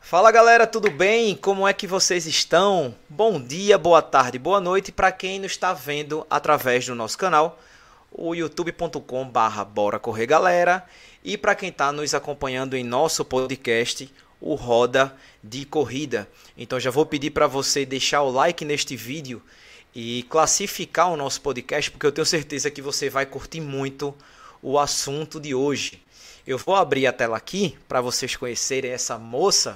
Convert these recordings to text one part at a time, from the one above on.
Fala galera, tudo bem? Como é que vocês estão? Bom dia, boa tarde, boa noite para quem nos está vendo através do nosso canal, o youtube.com/bora correr galera, e para quem está nos acompanhando em nosso podcast, o Roda de Corrida. Então já vou pedir para você deixar o like neste vídeo e classificar o nosso podcast, porque eu tenho certeza que você vai curtir muito o assunto de hoje. Eu vou abrir a tela aqui para vocês conhecerem essa moça.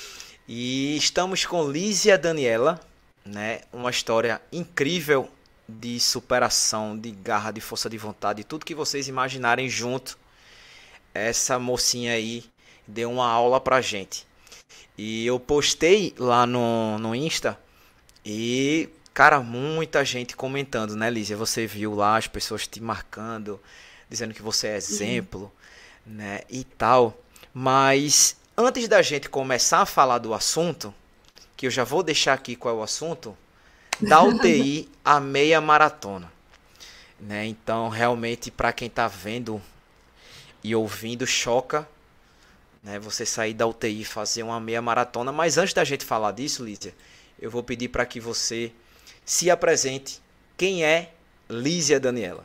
E estamos com Lísia Daniela, né? Uma história incrível de superação, de garra, de força de vontade, tudo que vocês imaginarem junto. Essa mocinha aí deu uma aula pra gente. E eu postei lá no Insta e, cara, muita gente comentando, né, Lísia? Você viu lá as pessoas te marcando, dizendo que você é exemplo, né, e tal. Mas antes da gente começar a falar do assunto, que eu já vou deixar aqui qual é o assunto, da UTI à meia maratona, né? Então, realmente, para quem está vendo e ouvindo, choca, né? Você sair da UTI e fazer uma meia maratona. Mas antes da gente falar disso, Lísia, eu vou pedir para que você se apresente. Quem é Lísia Daniela?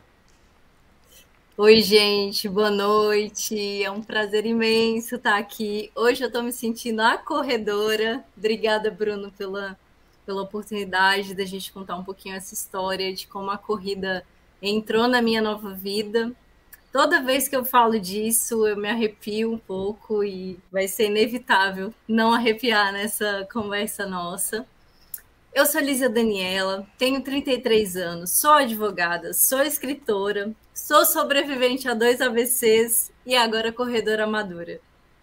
Oi, gente, boa noite. É um prazer imenso estar aqui. Hoje eu estou me sentindo a corredora. Obrigada, Bruno, pela oportunidade da gente contar um pouquinho essa história de como a corrida entrou na minha nova vida. Toda vez que eu falo disso, eu me arrepio um pouco e vai ser inevitável não arrepiar nessa conversa nossa. Eu sou Lísia Daniela, tenho 33 anos, sou advogada, sou escritora, sou sobrevivente a 2 AVCs e agora corredora amadora.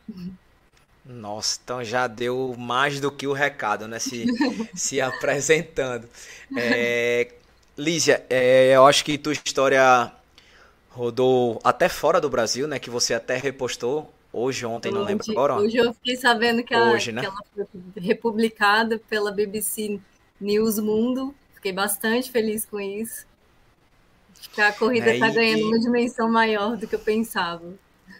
Nossa, então já deu mais do que o recado, né? Se apresentando. É, Lísia, eu acho que tua história rodou até fora do Brasil, né? Que você até repostou hoje, ontem, não lembro Hoje, agora. Ó. hoje eu fiquei sabendo Hoje, que né? ela foi republicada pela BBC News Mundo. Fiquei bastante feliz com isso. Acho que a corrida Né? está ganhando uma dimensão maior do que eu pensava.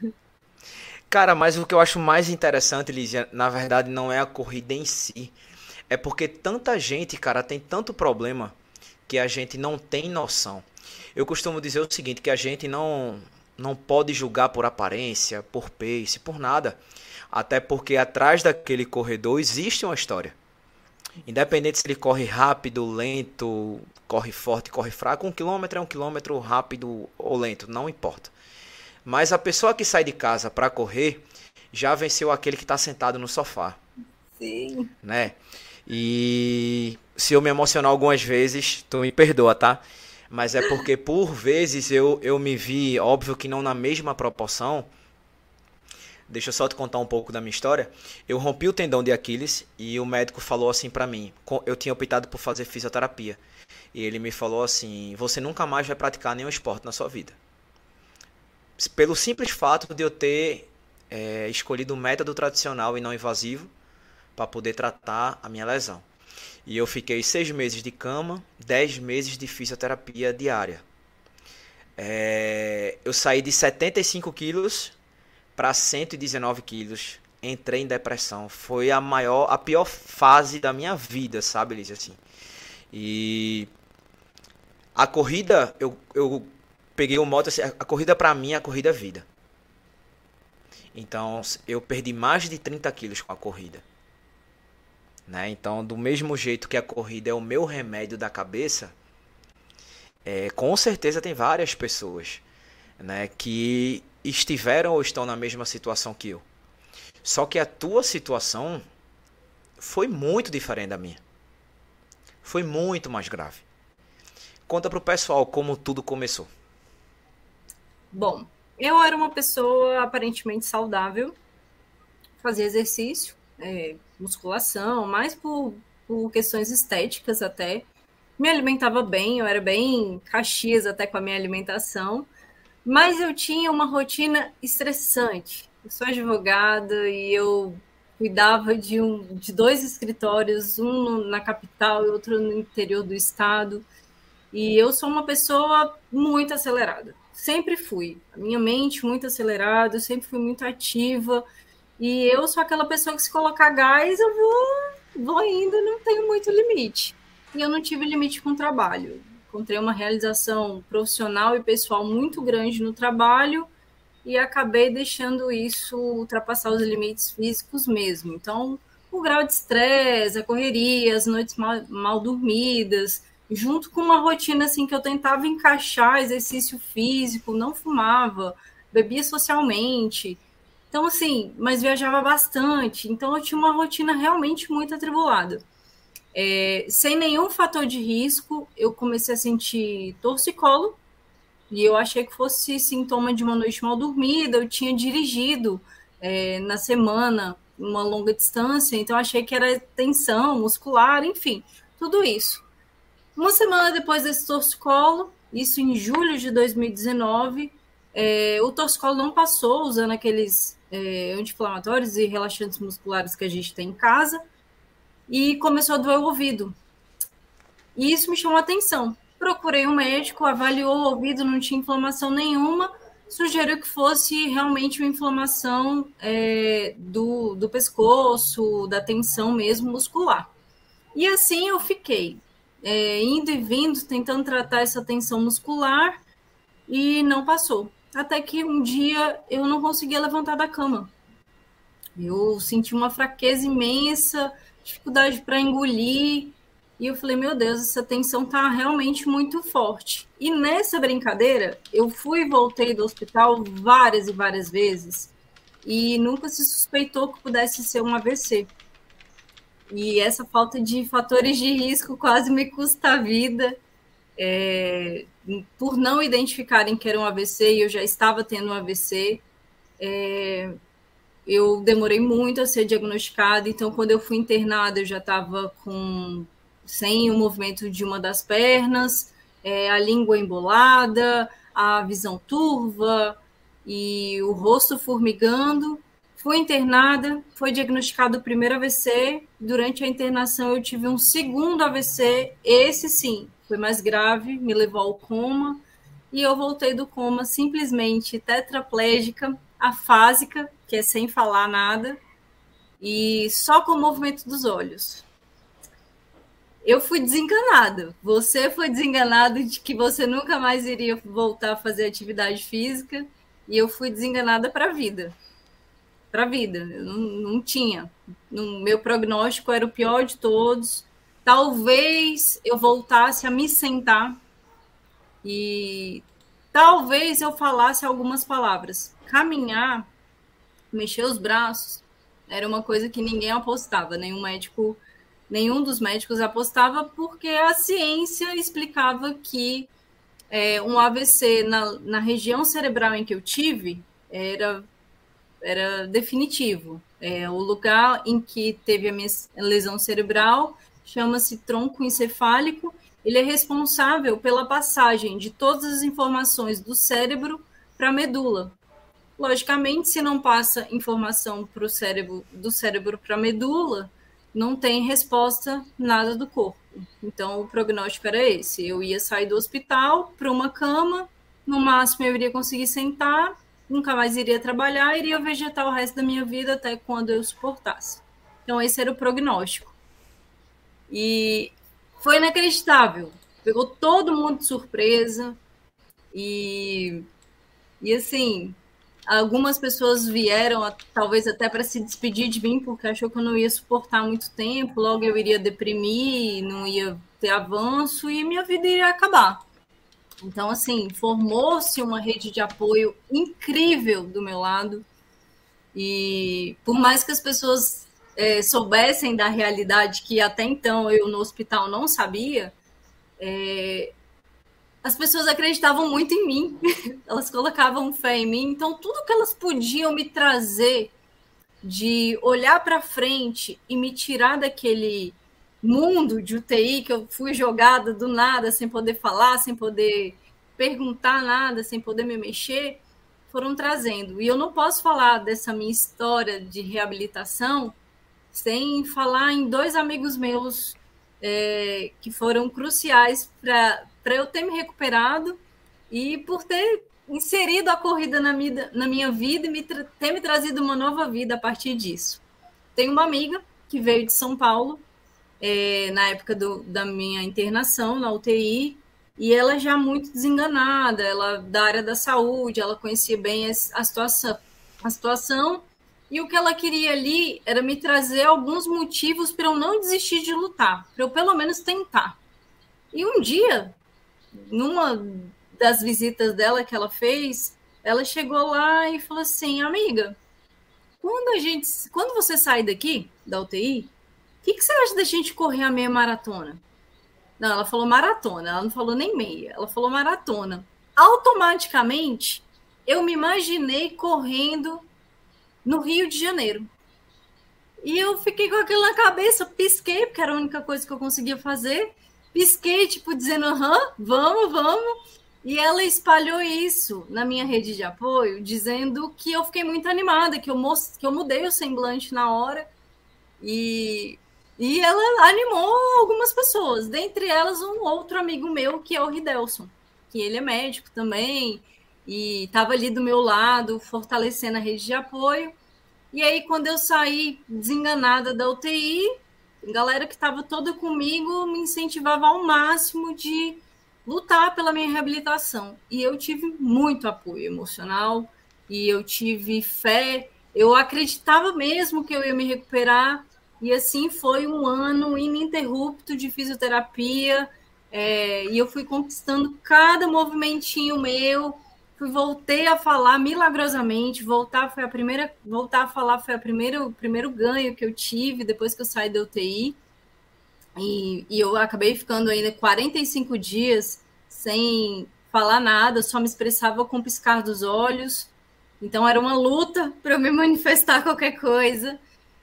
Cara, mas o que eu acho mais interessante, Lísia, na verdade, não é a corrida em si. É porque tanta gente, cara, tem tanto problema que a gente não tem noção. Eu costumo dizer o seguinte, que a gente não pode julgar por aparência, por pace, por nada. Até porque atrás daquele corredor existe uma história. Independente se ele corre rápido, lento, corre forte, corre fraco, 1 quilômetro é 1 quilômetro, rápido ou lento, não importa. Mas a pessoa que sai de casa para correr já venceu aquele que está sentado no sofá, Sim. né? E se eu me emocionar algumas vezes, tu me perdoa, tá? Mas é porque por vezes eu me vi, óbvio que não na mesma proporção. Deixa eu só te contar um pouco da minha história. Eu rompi o tendão de Aquiles e o médico falou assim pra mim. Eu tinha optado por fazer fisioterapia. E ele me falou assim: você nunca mais vai praticar nenhum esporte na sua vida. Pelo simples fato de eu ter escolhido o método tradicional e não invasivo para poder tratar a minha lesão. E eu fiquei 6 meses de cama, 10 meses de fisioterapia diária. Eu saí de 75 quilos para 119 quilos. Entrei em depressão. Foi a pior fase da minha vida, sabe, Liz? Assim. E a corrida, eu peguei o moto, assim, a corrida pra mim, a corrida é vida. Então, eu perdi mais de 30 quilos com a corrida. Né? Então, do mesmo jeito que a corrida é o meu remédio da cabeça, com certeza tem várias pessoas, né, que estiveram ou estão na mesma situação que eu. Só que a tua situação foi muito diferente da minha. Foi muito mais grave. Conta pro pessoal como tudo começou. Bom, eu era uma pessoa aparentemente saudável, fazia exercício, musculação, mais por questões estéticas até. Me alimentava bem, eu era bem caxias até com a minha alimentação, mas eu tinha uma rotina estressante. Eu sou advogada e eu cuidava de 2 escritórios, um na capital e outro no interior do estado. E eu sou uma pessoa muito acelerada. Sempre fui. A minha mente muito acelerada, eu sempre fui muito ativa. E eu sou aquela pessoa que se colocar gás, eu vou indo, não tenho muito limite. E eu não tive limite com o trabalho. Encontrei uma realização profissional e pessoal muito grande no trabalho e acabei deixando isso ultrapassar os limites físicos mesmo. Então, o grau de estresse, a correria, as noites mal dormidas, junto com uma rotina assim que eu tentava encaixar exercício físico, não fumava, bebia socialmente. Então, assim, mas viajava bastante. Então, eu tinha uma rotina realmente muito atribulada. Sem nenhum fator de risco, eu comecei a sentir torcicolo, e eu achei que fosse sintoma de uma noite mal dormida. Eu tinha dirigido na semana uma longa distância, então achei que era tensão muscular, enfim, tudo isso. Uma semana depois desse torcicolo, isso em julho de 2019, o torcicolo não passou, usando aqueles anti-inflamatórios e relaxantes musculares que a gente tem em casa, e começou a doer o ouvido. E isso me chamou a atenção. Procurei um médico, avaliou o ouvido, não tinha inflamação nenhuma, sugeriu que fosse realmente uma inflamação do pescoço, da tensão mesmo muscular. E assim eu fiquei, indo e vindo, tentando tratar essa tensão muscular e não passou. Até que um dia eu não conseguia levantar da cama. Eu senti uma fraqueza imensa, dificuldade para engolir, e eu falei, meu Deus, essa tensão tá realmente muito forte. E nessa brincadeira, eu fui e voltei do hospital várias e várias vezes, e nunca se suspeitou que pudesse ser um AVC. E essa falta de fatores de risco quase me custa a vida, por não identificarem que era um AVC, e eu já estava tendo um AVC. Eu demorei muito a ser diagnosticada, então quando eu fui internada eu já estava sem o movimento de uma das pernas, a língua embolada, a visão turva e o rosto formigando. Fui internada, foi diagnosticado o primeiro AVC. Durante a internação eu tive um segundo AVC, esse sim, foi mais grave, me levou ao coma, e eu voltei do coma simplesmente tetraplégica, afásica, que é sem falar nada, e só com o movimento dos olhos. Eu fui desenganada. Você foi desenganado de que você nunca mais iria voltar a fazer atividade física, e eu fui desenganada para a vida. Para a vida. Eu não tinha. Meu prognóstico era o pior de todos. Talvez eu voltasse a me sentar e talvez eu falasse algumas palavras. Caminhar, mexer os braços, era uma coisa que ninguém apostava. Nenhum dos médicos apostava, porque a ciência explicava que um AVC na região cerebral em que eu tive era definitivo. O lugar em que teve a minha lesão cerebral chama-se tronco encefálico. Ele é responsável pela passagem de todas as informações do cérebro para a medula. Logicamente, se não passa informação do cérebro para a medula, não tem resposta nada do corpo. Então, o prognóstico era esse. Eu ia sair do hospital para uma cama, no máximo eu iria conseguir sentar, nunca mais iria trabalhar, iria vegetar o resto da minha vida até quando eu suportasse. Então, esse era o prognóstico. E foi inacreditável. Pegou todo mundo de surpresa. E assim, algumas pessoas vieram, talvez até para se despedir de mim, porque achou que eu não ia suportar muito tempo, logo eu iria deprimir, não ia ter avanço e minha vida iria acabar. Então, assim, formou-se uma rede de apoio incrível do meu lado. E por mais que as pessoas soubessem da realidade que até então eu no hospital não sabia, as pessoas acreditavam muito em mim, elas colocavam fé em mim, então tudo que elas podiam me trazer de olhar para frente e me tirar daquele mundo de UTI que eu fui jogada do nada, sem poder falar, sem poder perguntar nada, sem poder me mexer, foram trazendo. E eu não posso falar dessa minha história de reabilitação sem falar em dois amigos meus que foram cruciais para eu ter me recuperado e por ter inserido a corrida na minha vida e ter me trazido uma nova vida a partir disso. Tenho uma amiga que veio de São Paulo, na época da minha internação na UTI, e ela já muito desenganada, ela da área da saúde, ela conhecia bem a situação, e o que ela queria ali era me trazer alguns motivos para eu não desistir de lutar, para eu pelo menos tentar. E um dia, numa das visitas dela que ela fez, ela chegou lá e falou assim: amiga, quando você sair daqui, da UTI, o que você acha da gente correr a meia maratona? Não, ela falou maratona, ela não falou nem meia, ela falou maratona. Automaticamente, eu me imaginei correndo no Rio de Janeiro. E eu fiquei com aquilo na cabeça, pisquei, porque era a única coisa que eu conseguia fazer. Pisquei, tipo, dizendo, vamos. E ela espalhou isso na minha rede de apoio, dizendo que eu fiquei muito animada, que eu mudei o semblante na hora. E ela animou algumas pessoas, dentre elas um outro amigo meu, que é o Ridelson, que ele é médico também, e estava ali do meu lado, fortalecendo a rede de apoio. E aí, quando eu saí desenganada da UTI, a galera que estava toda comigo me incentivava ao máximo de lutar pela minha reabilitação. E eu tive muito apoio emocional, e eu tive fé, eu acreditava mesmo que eu ia me recuperar, e assim foi um ano ininterrupto de fisioterapia, e eu fui conquistando cada movimentinho meu, voltei a falar milagrosamente, voltar a falar foi o primeiro ganho que eu tive depois que eu saí da UTI, e eu acabei ficando ainda 45 dias sem falar nada, só me expressava com o piscar dos olhos, então era uma luta para eu me manifestar qualquer coisa.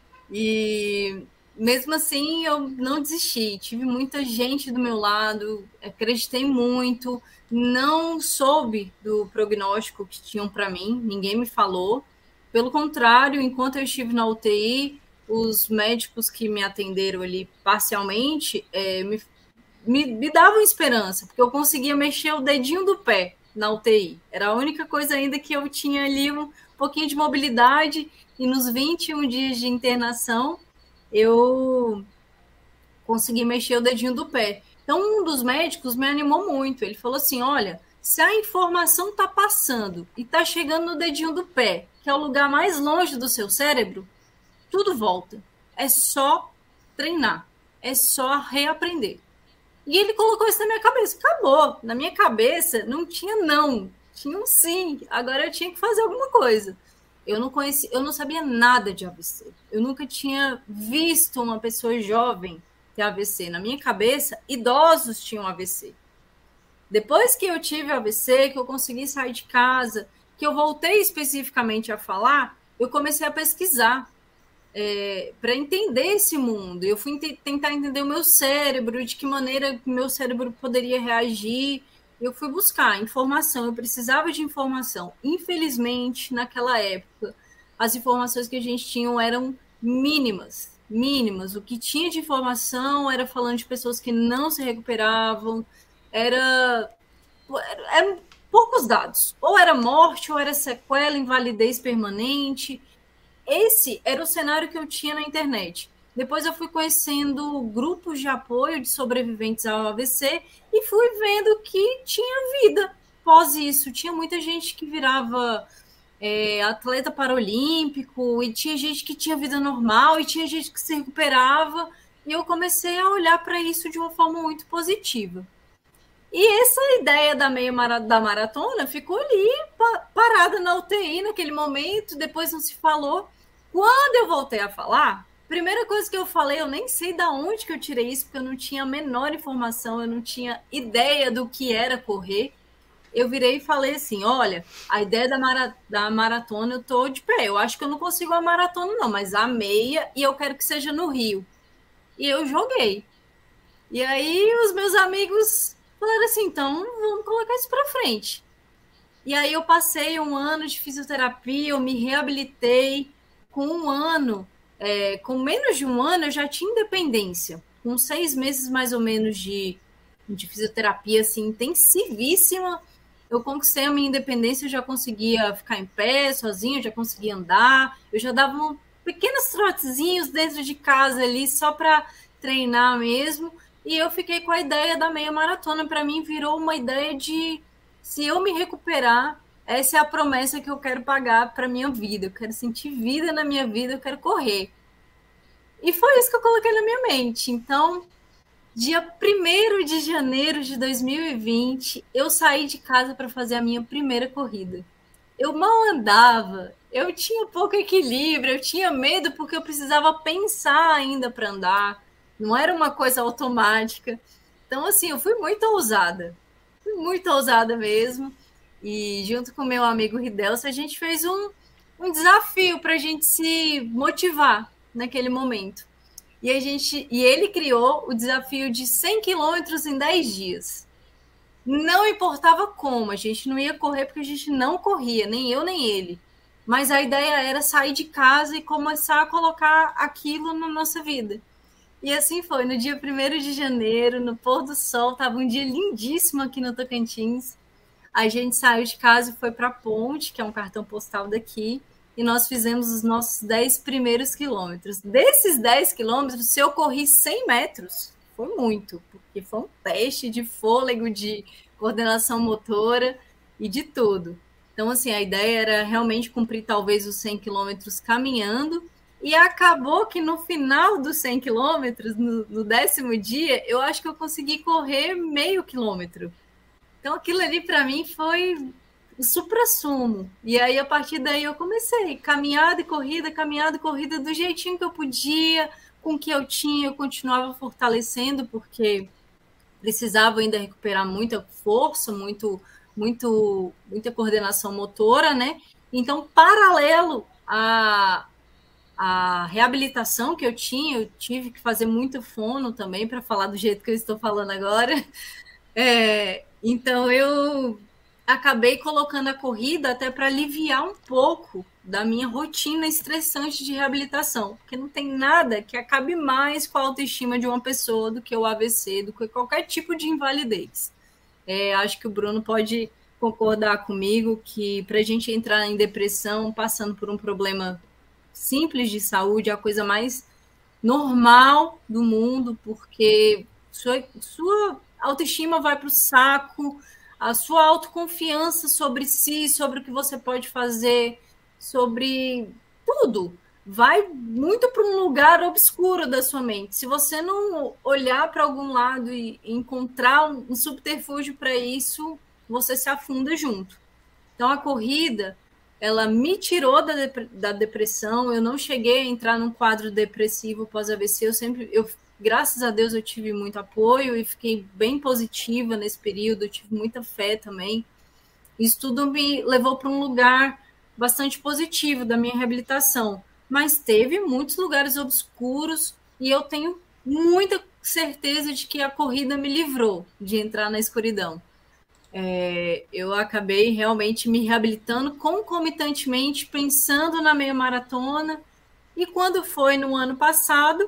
E mesmo assim eu não desisti, tive muita gente do meu lado, acreditei muito, não soube do prognóstico que tinham para mim, ninguém me falou. Pelo contrário, enquanto eu estive na UTI, os médicos que me atenderam ali parcialmente me davam esperança, porque eu conseguia mexer o dedinho do pé na UTI. Era a única coisa ainda que eu tinha ali um pouquinho de mobilidade. E nos 21 dias de internação, eu consegui mexer o dedinho do pé. Então, um dos médicos me animou muito. Ele falou assim, olha, se a informação está passando e está chegando no dedinho do pé, que é o lugar mais longe do seu cérebro, tudo volta. É só treinar. É só reaprender. E ele colocou isso na minha cabeça. Acabou. Na minha cabeça não tinha não. Tinha um sim. Agora eu tinha que fazer alguma coisa. Eu não sabia nada de AVC. Eu nunca tinha visto uma pessoa jovem ter AVC. Na minha cabeça, idosos tinham AVC. Depois que eu tive AVC, que eu consegui sair de casa, que eu voltei especificamente a falar, eu comecei a pesquisar para entender esse mundo. Eu fui tentar entender o meu cérebro, de que maneira o meu cérebro poderia reagir. Eu fui buscar informação, eu precisava de informação. Infelizmente, naquela época, as informações que a gente tinha eram mínimas. O que tinha de informação era falando de pessoas que não se recuperavam, eram poucos dados. Ou era morte, ou era sequela, invalidez permanente. Esse era o cenário que eu tinha na internet. Depois eu fui conhecendo grupos de apoio de sobreviventes ao AVC e fui vendo que tinha vida pós isso. Tinha muita gente que virava atleta paralímpico, e tinha gente que tinha vida normal, e tinha gente que se recuperava. E eu comecei a olhar para isso de uma forma muito positiva. E essa ideia da maratona ficou ali, parada na UTI naquele momento, depois não se falou. Quando eu voltei a falar, primeira coisa que eu falei, eu nem sei de onde que eu tirei isso, porque eu não tinha a menor informação, eu não tinha ideia do que era correr. Eu virei e falei assim, olha, a ideia da maratona eu tô de pé, eu acho que eu não consigo a maratona não, mas a meia, e eu quero que seja no Rio. E eu joguei. E aí os meus amigos falaram assim, então vamos colocar isso para frente. E aí eu passei um ano de fisioterapia, eu me reabilitei. Com um ano, com menos de um ano, eu já tinha independência. Com 6 meses mais ou menos de fisioterapia assim, intensivíssima, eu conquistei a minha independência, eu já conseguia ficar em pé, sozinha, eu já conseguia andar, eu já dava pequenos trotezinhos dentro de casa ali, só para treinar mesmo, e eu fiquei com a ideia da meia maratona. Para mim virou uma ideia de, se eu me recuperar, essa é a promessa que eu quero pagar para minha vida, eu quero sentir vida na minha vida, eu quero correr. E foi isso que eu coloquei na minha mente. Então, dia 1º de janeiro de 2020, eu saí de casa para fazer a minha primeira corrida. Eu mal andava, eu tinha pouco equilíbrio, eu tinha medo porque eu precisava pensar ainda para andar, não era uma coisa automática. Então, assim, eu fui muito ousada mesmo. E junto com meu amigo Ridelso, a gente fez um desafio para a gente se motivar naquele momento. E ele criou o desafio de 100 quilômetros em 10 dias. Não importava como, a gente não ia correr porque a gente não corria, nem eu nem ele. Mas a ideia era sair de casa e começar a colocar aquilo na nossa vida. E assim foi, no dia 1º de janeiro, no pôr do sol, estava um dia lindíssimo aqui no Tocantins. A gente saiu de casa e foi para a Ponte, que é um cartão postal daqui, e nós fizemos os nossos 10 primeiros quilômetros. Desses 10 quilômetros, se eu corri 100 metros, foi muito, porque foi um teste de fôlego, de coordenação motora e de tudo. Então, assim, a ideia era realmente cumprir talvez os 100 quilômetros caminhando, e acabou que no final dos 100 quilômetros, no 10º dia, eu acho que eu consegui correr meio quilômetro. Então, aquilo ali para mim foi o suprassumo. E aí, a partir daí, eu comecei caminhada e corrida do jeitinho que eu podia, com o que eu tinha, eu continuava fortalecendo, porque precisava ainda recuperar muita força, muita coordenação motora, né? Então, paralelo à reabilitação que eu tinha, eu tive que fazer muito fono também, para falar do jeito que eu estou falando agora. Então, eu acabei colocando a corrida até para aliviar um pouco da minha rotina estressante de reabilitação, porque não tem nada que acabe mais com a autoestima de uma pessoa do que o AVC, do que qualquer tipo de invalidez. Acho que o Bruno pode concordar comigo que para a gente entrar em depressão, passando por um problema simples de saúde, é a coisa mais normal do mundo, porque sua autoestima vai para o saco, a sua autoconfiança sobre si, sobre o que você pode fazer, sobre tudo, vai muito para um lugar obscuro da sua mente. Se você não olhar para algum lado e encontrar um subterfúgio para isso, você se afunda junto. Então, a corrida, ela me tirou da depressão, eu não cheguei a entrar num quadro depressivo pós-AVC, graças a Deus eu tive muito apoio e fiquei bem positiva nesse período, eu tive muita fé também. Isso tudo me levou para um lugar bastante positivo da minha reabilitação, mas teve muitos lugares obscuros e eu tenho muita certeza de que a corrida me livrou de entrar na escuridão. Eu acabei realmente me reabilitando concomitantemente, pensando na meia maratona, e quando foi no ano passado,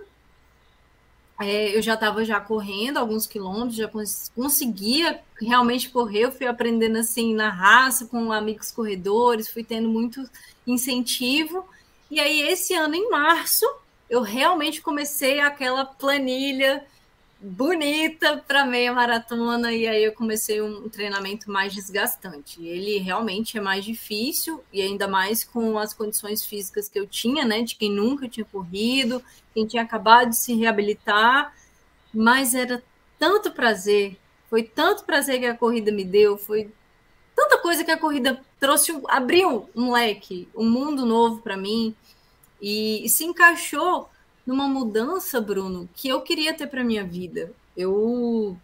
eu já estava correndo alguns quilômetros, já conseguia realmente correr, eu fui aprendendo assim na raça, com amigos corredores, fui tendo muito incentivo, e aí esse ano, em março, eu realmente comecei aquela planilha bonita para meia maratona, e aí eu comecei um treinamento mais desgastante. Ele realmente é mais difícil, e ainda mais com as condições físicas que eu tinha, né, de quem nunca tinha corrido, quem tinha acabado de se reabilitar, mas era tanto prazer, foi tanto prazer que a corrida me deu, foi tanta coisa que a corrida trouxe, abriu um leque, um mundo novo para mim, e se encaixou numa mudança, Bruno, que eu queria ter para minha vida. Eu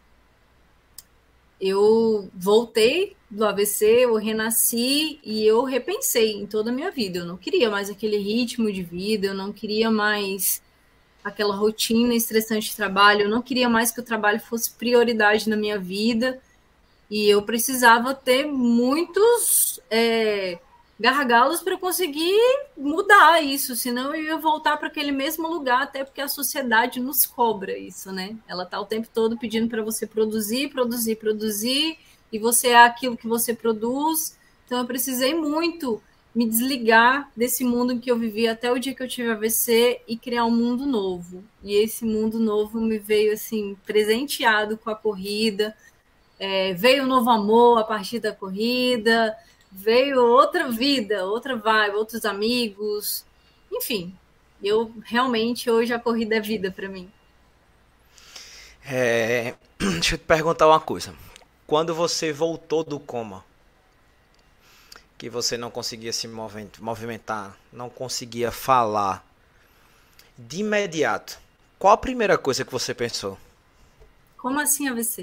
voltei do AVC, eu renasci e eu repensei em toda a minha vida. Eu não queria mais aquele ritmo de vida, eu não queria mais aquela rotina estressante de trabalho, eu não queria mais que o trabalho fosse prioridade na minha vida, e eu precisava ter muitos gargalos para conseguir mudar isso, senão eu ia voltar para aquele mesmo lugar, até porque a sociedade nos cobra isso, né? Ela está o tempo todo pedindo para você produzir, e você é aquilo que você produz. Então eu precisei muito me desligar desse mundo em que eu vivi até o dia que eu tive AVC e criar um mundo novo. E esse mundo novo me veio assim presenteado com a corrida. Veio um novo amor a partir da corrida, veio outra vida, outra vibe, outros amigos, enfim. Eu realmente hoje a corrida é vida para mim. Deixa eu te perguntar uma coisa. Quando você voltou do coma, que você não conseguia se movimentar, não conseguia falar, de imediato, qual a primeira coisa que você pensou? Como assim AVC?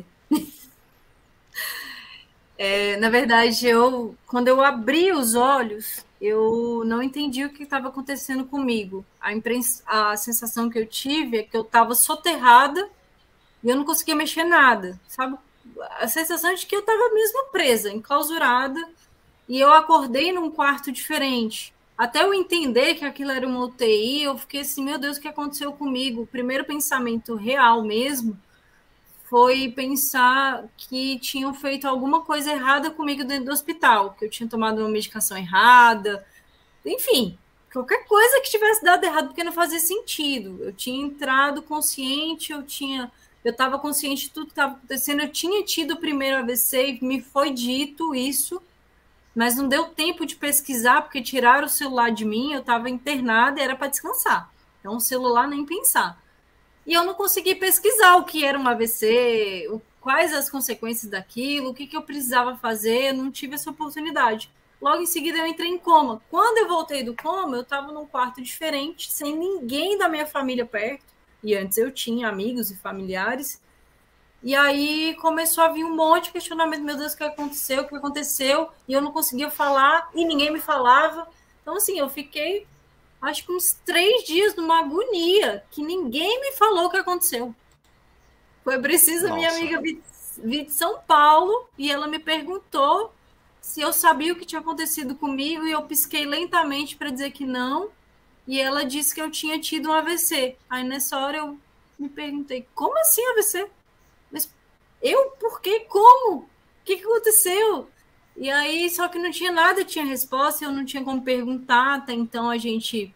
Na verdade, quando eu abri os olhos, eu não entendi o que estava acontecendo comigo. A sensação que eu tive é que eu estava soterrada e eu não conseguia mexer nada, sabe? A sensação de que eu estava mesmo presa, enclausurada, e eu acordei num quarto diferente. Até eu entender que aquilo era uma UTI, eu fiquei assim, meu Deus, o que aconteceu comigo? O primeiro pensamento real mesmo foi pensar que tinham feito alguma coisa errada comigo dentro do hospital, que eu tinha tomado uma medicação errada, enfim, qualquer coisa que tivesse dado errado, porque não fazia sentido. Eu tinha entrado consciente, eu estava consciente de tudo que estava acontecendo, eu tinha tido o primeiro AVC e me foi dito isso, mas não deu tempo de pesquisar, porque tiraram o celular de mim, eu estava internada e era para descansar. Então, o celular nem pensar. E eu não consegui pesquisar o que era um AVC, quais as consequências daquilo, o que eu precisava fazer, eu não tive essa oportunidade. Logo em seguida eu entrei em coma. Quando eu voltei do coma, eu estava num quarto diferente, sem ninguém da minha família perto. E antes eu tinha amigos e familiares. E aí começou a vir um monte de questionamento. Meu Deus, o que aconteceu? O que aconteceu? E eu não conseguia falar e ninguém me falava. Então, assim, eu fiquei, acho que uns 3 dias numa agonia, que ninguém me falou o que aconteceu. Foi preciso a minha Nossa. amiga vir de São Paulo e ela me perguntou se eu sabia o que tinha acontecido comigo e eu pisquei lentamente para dizer que não. E ela disse que eu tinha tido um AVC. Aí nessa hora eu me perguntei, como assim AVC? Mas eu? Por quê? Como? O que aconteceu? E aí, só que não tinha nada, tinha resposta, eu não tinha como perguntar. Até então a gente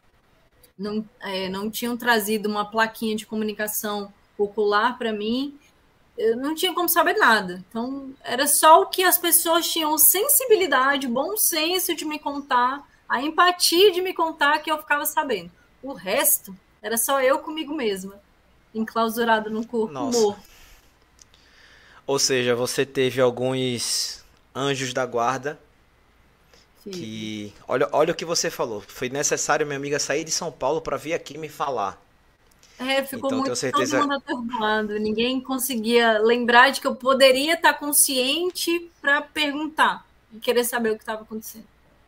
não tinham trazido uma plaquinha de comunicação ocular para mim. Eu não tinha como saber nada. Então, era só o que as pessoas tinham sensibilidade, bom senso de me contar, a empatia de me contar que eu ficava sabendo. O resto era só eu comigo mesma, enclausurada no corpo Nossa. morto. Ou seja, você teve alguns anjos da guarda Tive. que. Olha o que você falou. Foi necessário minha amiga sair de São Paulo para vir aqui me falar. Ficou Então eu muito tenho todo certeza. mundo atordoado. Ninguém conseguia lembrar de que eu poderia estar consciente para perguntar e querer saber o que estava acontecendo.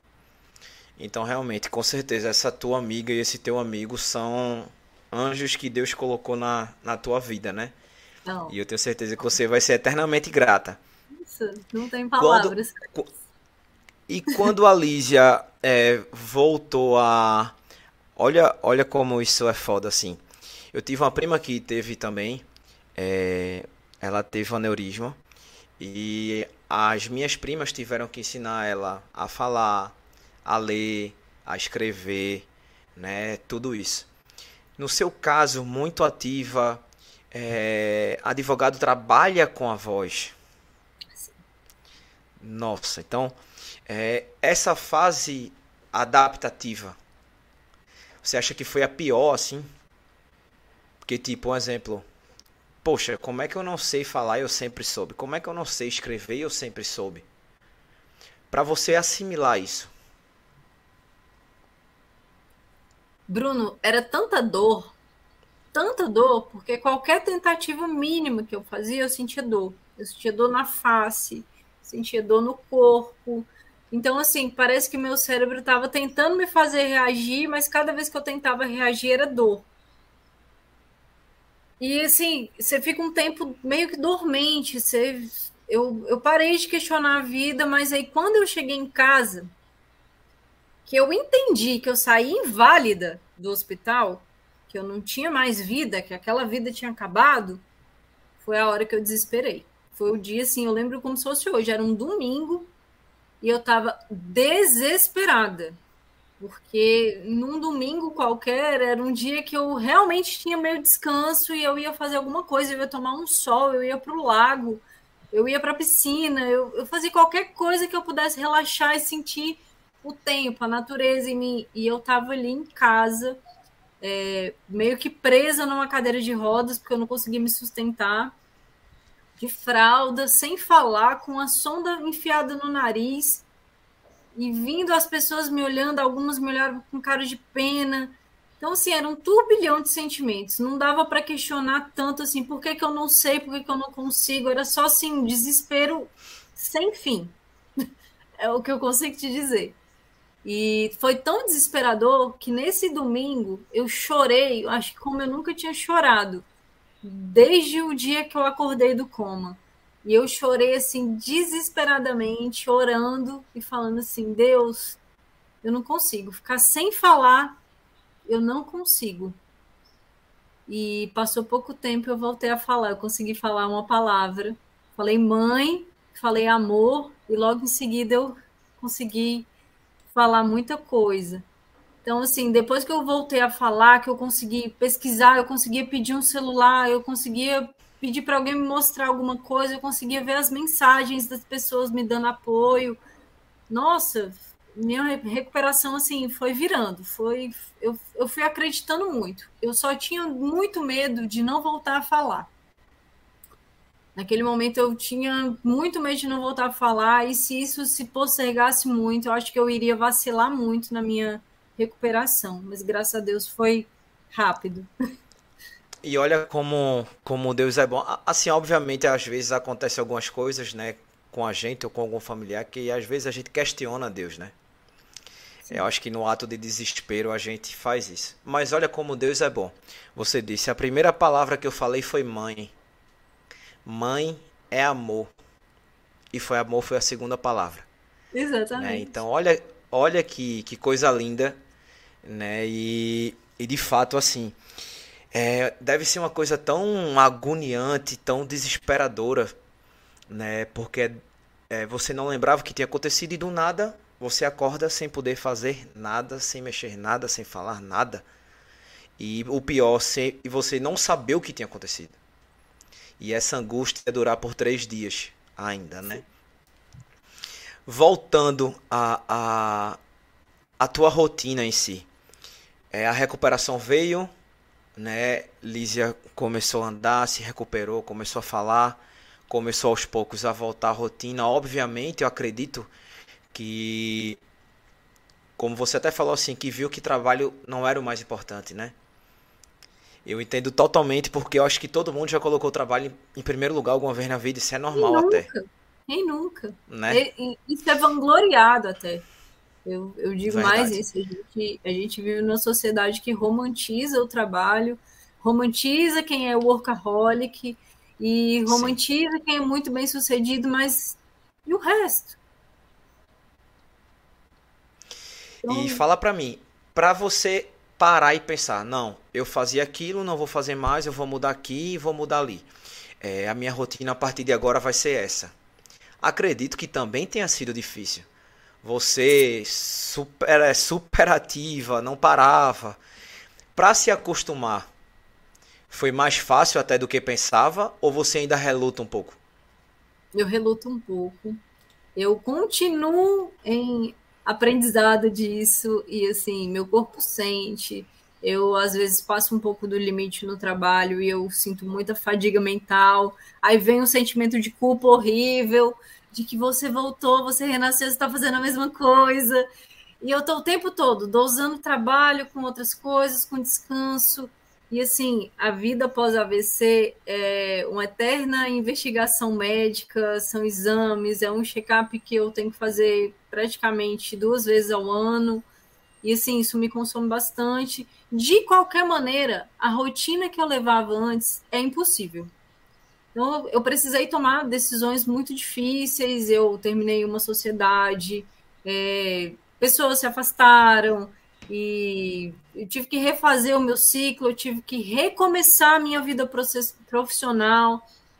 Então realmente, com certeza, essa tua amiga e esse teu amigo são anjos que Deus colocou na tua vida, né? Não, E eu tenho certeza que você vai ser eternamente grata. isso não tem Quando. palavras. E quando a Lígia voltou a. Olha como isso é foda assim. Eu tive uma prima que teve também. Ela teve um aneurisma. E as minhas primas tiveram que ensinar ela a falar, a ler, a escrever, né? Tudo isso. No seu caso, muito ativa, advogado trabalha com a voz. Nossa, então essa fase adaptativa, você acha que foi a pior, assim? Porque, tipo, um exemplo, poxa, como é que eu não sei falar e eu sempre soube? Como é que eu não sei escrever e eu sempre soube? Pra você assimilar isso. Bruno, era tanta dor, porque qualquer tentativa mínima que eu fazia, eu sentia dor. Eu sentia dor na face, sentia dor no corpo. Então, assim, parece que meu cérebro estava tentando me fazer reagir, mas cada vez que eu tentava reagir era dor. E, assim, você fica um tempo meio que dormente. Eu parei de questionar a vida, mas aí quando eu cheguei em casa, que eu entendi que eu saí inválida do hospital, que eu não tinha mais vida, que aquela vida tinha acabado, foi a hora que eu desesperei. Foi o dia, assim, eu lembro como se fosse hoje, era um domingo e eu estava desesperada, porque num domingo qualquer era um dia que eu realmente tinha meio descanso e eu ia fazer alguma coisa, eu ia tomar um sol, eu ia para o lago, eu ia para a piscina, eu fazia qualquer coisa que eu pudesse relaxar e sentir o tempo, a natureza em mim. E eu estava ali em casa, meio que presa numa cadeira de rodas, porque eu não conseguia me sustentar, de fralda, sem falar, com a sonda enfiada no nariz, e vindo as pessoas me olhando, algumas me olharam com cara de pena. Então, assim, era um turbilhão de sentimentos. Não dava para questionar tanto, assim, por que eu não sei, por que eu não consigo. Era só, assim, um desespero sem fim. É o que eu consigo te dizer. E foi tão desesperador que nesse domingo eu chorei, acho que como eu nunca tinha chorado, desde o dia que eu acordei do coma. E eu chorei assim desesperadamente, orando e falando assim: Deus, eu não consigo ficar sem falar, eu não consigo. E passou pouco tempo, eu voltei a falar, eu consegui falar uma palavra. Falei mãe, falei amor, e logo em seguida eu consegui falar muita coisa. Então, assim, depois que eu voltei a falar, que eu consegui pesquisar, eu conseguia pedir um celular, eu conseguia pedir para alguém me mostrar alguma coisa, eu conseguia ver as mensagens das pessoas me dando apoio. Nossa, minha recuperação, assim, foi virando. Eu fui acreditando muito. Eu só tinha muito medo de não voltar a falar. Naquele momento eu tinha muito medo de não voltar a falar, e se isso se postergasse muito, eu acho que eu iria vacilar muito na minha recuperação, mas graças a Deus foi rápido. E olha como Deus é bom. Assim, obviamente, às vezes acontecem algumas coisas, né, com a gente ou com algum familiar que às vezes a gente questiona Deus, né? Eu acho que no ato de desespero a gente faz isso. Mas olha como Deus é bom. Você disse, a primeira palavra que eu falei foi mãe. Mãe é amor. E foi amor, foi a segunda palavra. Né? Exatamente. Então, olha que coisa linda, né? E de fato, assim, deve ser uma coisa tão agoniante, tão desesperadora, né? Porque você não lembrava o que tinha acontecido e do nada você acorda sem poder fazer nada, sem mexer nada, sem falar nada. E o pior, e você não saber o que tinha acontecido. E essa angústia ia durar por 3 dias ainda, né? Voltando a tua rotina em si. A recuperação veio, né? Lísia começou a andar, se recuperou, começou a falar, começou aos poucos a voltar à rotina. Obviamente, eu acredito que, como você até falou assim, que viu que trabalho não era o mais importante, né? Eu entendo totalmente, porque eu acho que todo mundo já colocou o trabalho em primeiro lugar alguma vez na vida, isso é Quem normal até, nunca? Quem nunca? né? Isso é vangloriado até. Eu digo mais Verdade. isso. A gente vive numa sociedade que romantiza o trabalho, romantiza quem é workaholic e Sim. romantiza quem é muito bem sucedido, mas e o resto? E Então, fala pra mim, pra você parar e pensar, não, eu fazia aquilo, não vou fazer mais, eu vou mudar aqui e vou mudar ali. A minha rotina a partir de agora vai ser essa. Acredito que também tenha sido difícil. Você super ativa, não parava. Pra se acostumar, foi mais fácil até do que pensava ou você ainda reluta um pouco? eu reluto um pouco. Eu continuo em aprendizado disso e assim, meu corpo sente. Eu às vezes passo um pouco do limite no trabalho e eu sinto muita fadiga mental. Aí vem um sentimento de culpa horrível, de que você voltou, você renasceu, você está fazendo a mesma coisa. E eu estou o tempo todo dosando o trabalho com outras coisas, com descanso. E assim, a vida após AVC é uma eterna investigação médica, são exames, é um check-up que eu tenho que fazer praticamente 2 vezes ao ano. E assim, isso me consome bastante. De qualquer maneira, a rotina que eu levava antes é impossível. Então, eu precisei tomar decisões muito difíceis. Eu terminei uma sociedade, pessoas se afastaram e eu tive que refazer o meu ciclo, eu tive que recomeçar a minha vida profissional.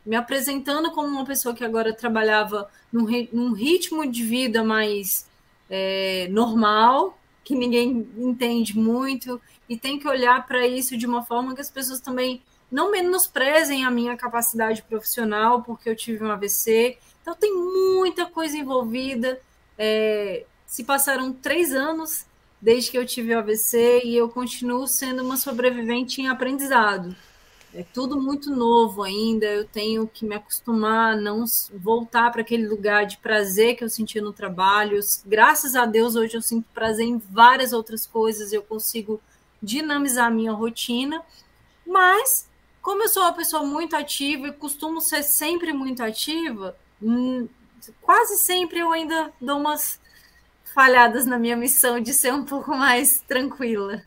me apresentando como uma pessoa que agora trabalhava num ritmo de vida mais normal, que ninguém entende muito, e tem que olhar para isso de uma forma que as pessoas também não menosprezem a minha capacidade profissional, porque eu tive um AVC. Então, tem muita coisa envolvida. Se passaram 3 anos desde que eu tive o AVC e eu continuo sendo uma sobrevivente em aprendizado. É tudo muito novo ainda, eu tenho que me acostumar a não voltar para aquele lugar de prazer que eu sentia no trabalho. Graças a Deus, hoje eu sinto prazer em várias outras coisas, eu consigo dinamizar a minha rotina, mas como eu sou uma pessoa muito ativa e costumo ser sempre muito ativa, quase sempre eu ainda dou umas falhadas na minha missão de ser um pouco mais tranquila.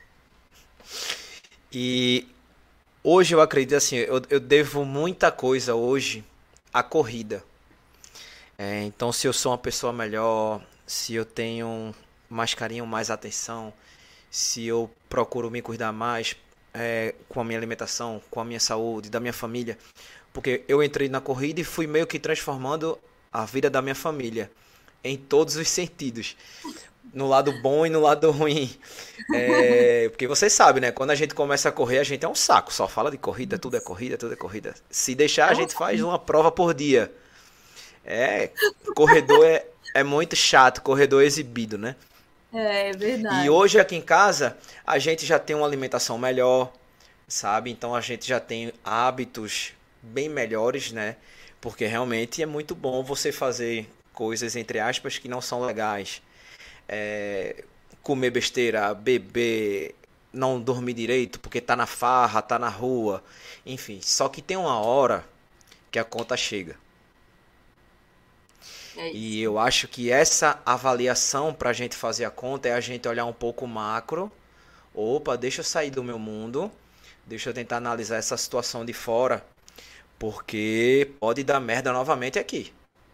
E hoje eu acredito assim, eu devo muita coisa hoje à corrida. Então, se eu sou uma pessoa melhor, se eu tenho mais carinho, mais atenção, se eu procuro me cuidar mais com a minha alimentação, com a minha saúde, da minha família, porque eu entrei na corrida e fui meio que transformando a vida da minha família em todos os sentidos, no lado bom e no lado ruim. Porque você sabe, né? Quando a gente começa a correr, a gente é um saco, só fala de corrida, tudo é corrida, tudo é corrida. Se deixar, a gente faz uma prova por dia. Corredor é muito chato, corredor exibido, né? É E verdade. hoje aqui em casa a gente já tem uma alimentação melhor, sabe? Então a gente já tem hábitos bem melhores, né? Porque realmente é muito bom você fazer coisas, entre aspas, que não são legais. Comer besteira, beber, não dormir direito porque tá na farra, tá na rua. Enfim, só que tem uma hora que a conta chega. É E isso. eu acho que essa avaliação para a gente fazer a conta é a gente olhar um pouco macro. Opa, deixa eu sair do meu mundo, deixa eu tentar analisar essa situação de fora, porque pode dar merda novamente aqui.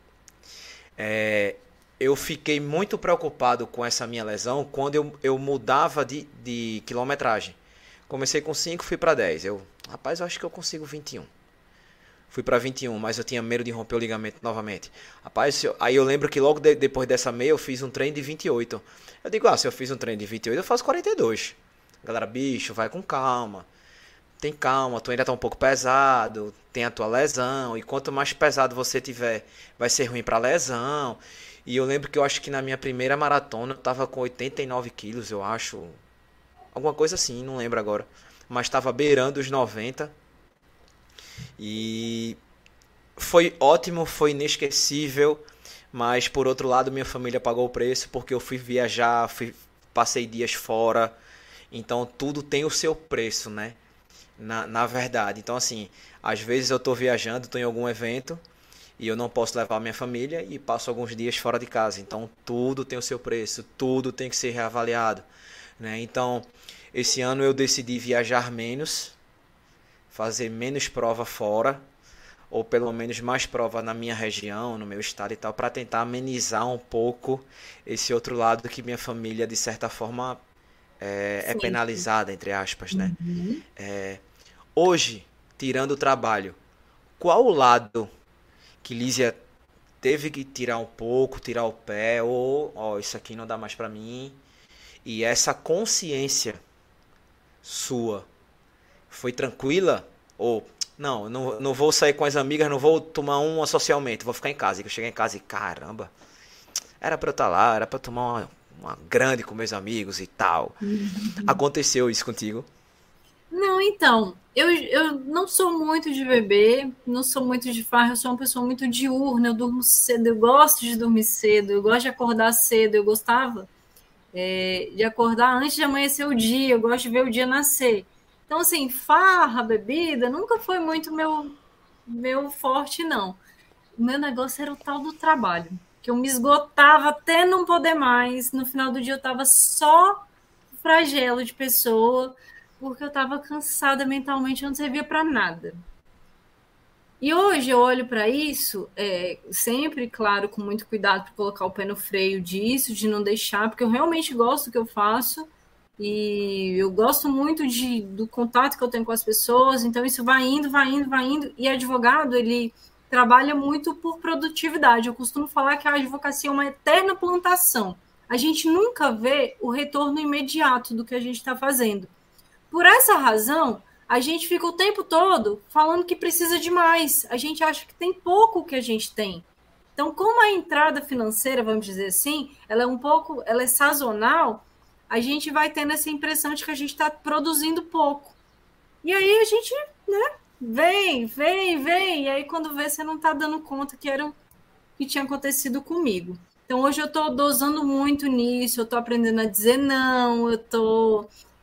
Eu fiquei muito preocupado com essa minha lesão quando eu mudava de quilometragem. Comecei com 5, fui para 10. Rapaz, eu acho que eu consigo 21. Fui para 21, mas eu tinha medo de romper o ligamento novamente. Rapaz, aí eu lembro que logo depois dessa meia eu fiz um treino de 28. Eu digo, se eu fiz um treino de 28, eu faço 42. Galera, bicho, vai com calma. Tem calma, tu ainda tá um pouco pesado, tem a tua lesão, e quanto mais pesado você tiver, vai ser ruim pra lesão. E eu lembro que eu acho que na minha primeira maratona eu tava com 89 quilos, eu acho. Alguma coisa assim, não lembro agora. Mas tava beirando os 90. E foi ótimo, foi inesquecível, mas por outro lado minha família pagou o preço porque eu fui viajar, passei dias fora, então tudo tem o seu preço, né? Na verdade, então assim, às vezes eu tô viajando, tô em algum evento e eu não posso levar a minha família e passo alguns dias fora de casa, então tudo tem o seu preço, tudo tem que ser reavaliado, né? Então, esse ano eu decidi viajar menos, fazer menos prova fora, ou pelo menos mais prova na minha região, no meu estado e tal, para tentar amenizar um pouco esse outro lado que minha família, de certa forma, é Sim. penalizada, entre aspas, né? Uhum. Hoje, tirando o trabalho, qual o lado que Lísia teve que tirar um pouco, tirar o pé, ou, isso aqui não dá mais para mim, e essa consciência sua foi tranquila? Ou, não vou sair com as amigas, não vou tomar uma socialmente, vou ficar em casa. E eu cheguei em casa e, caramba, era pra eu estar lá, era pra eu tomar uma grande com meus amigos e tal. Aconteceu isso contigo? Não, então, eu não sou muito de beber, não sou muito de farra, eu sou uma pessoa muito diurna, eu durmo cedo, eu gosto de dormir cedo, eu gosto de acordar cedo, eu gostava de acordar antes de amanhecer o dia, eu gosto de ver o dia nascer. Então, assim, farra, bebida, nunca foi muito meu forte, não. O meu negócio era o tal do trabalho, que eu me esgotava até não poder mais. No final do dia eu estava só flagelo de pessoa, porque eu estava cansada mentalmente, eu não servia para nada. E hoje eu olho para isso, sempre, claro, com muito cuidado para colocar o pé no freio disso, de não deixar, porque eu realmente gosto do que eu faço, e eu gosto muito do contato que eu tenho com as pessoas, então isso vai indo, vai indo, vai indo, e advogado, ele trabalha muito por produtividade. Eu costumo falar que a advocacia é uma eterna plantação. A gente nunca vê o retorno imediato do que a gente está fazendo. Por essa razão, a gente fica o tempo todo falando que precisa de mais. A gente acha que tem pouco que a gente tem. Então, como a entrada financeira, vamos dizer assim, ela é sazonal, a gente vai tendo essa impressão de que a gente está produzindo pouco. E aí a gente, né, vem, e aí quando vê, você não está dando conta que era o que tinha acontecido comigo. Então, hoje eu estou dosando muito nisso, eu estou aprendendo a dizer não, eu estou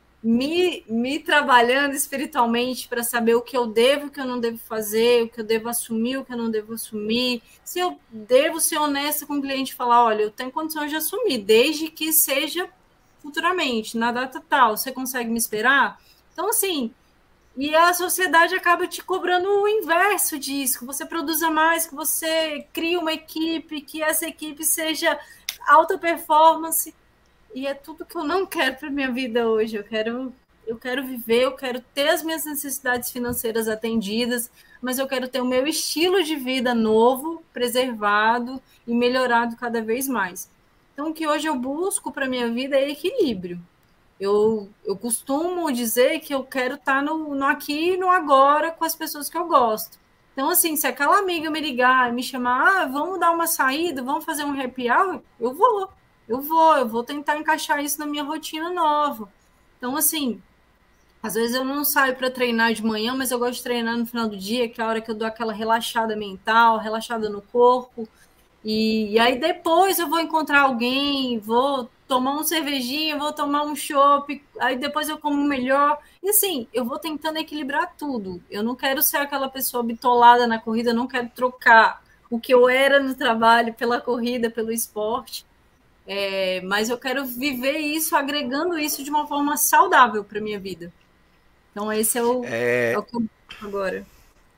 me trabalhando espiritualmente para saber o que eu devo, o que eu não devo fazer, o que eu devo assumir, o que eu não devo assumir. Se eu devo ser honesta com o cliente e falar, olha, eu tenho condições de assumir, desde que seja futuramente, na data tal, você consegue me esperar? Então, assim, e a sociedade acaba te cobrando o inverso disso, que você produza mais, que você crie uma equipe, que essa equipe seja alta performance. E é tudo que eu não quero para minha vida hoje. Eu quero viver, eu quero ter as minhas necessidades financeiras atendidas, mas eu quero ter o meu estilo de vida novo, preservado e melhorado cada vez mais. Então, o que hoje eu busco para minha vida é equilíbrio. Eu costumo dizer que eu quero estar no aqui e no agora com as pessoas que eu gosto. Então, assim, se aquela amiga me ligar e me chamar, vamos dar uma saída, vamos fazer um happy hour, eu vou. Eu vou tentar encaixar isso na minha rotina nova. Então, assim, às vezes eu não saio para treinar de manhã, mas eu gosto de treinar no final do dia, que é a hora que eu dou aquela relaxada mental, relaxada no corpo. E aí depois eu vou encontrar alguém, vou tomar um cervejinha, vou tomar um chopp, aí depois eu como melhor. E assim, eu vou tentando equilibrar tudo. Eu não quero ser aquela pessoa bitolada na corrida, eu não quero trocar o que eu era no trabalho pela corrida, pelo esporte. Mas eu quero viver isso, agregando isso de uma forma saudável para minha vida. Então, esse é o que eu busco agora.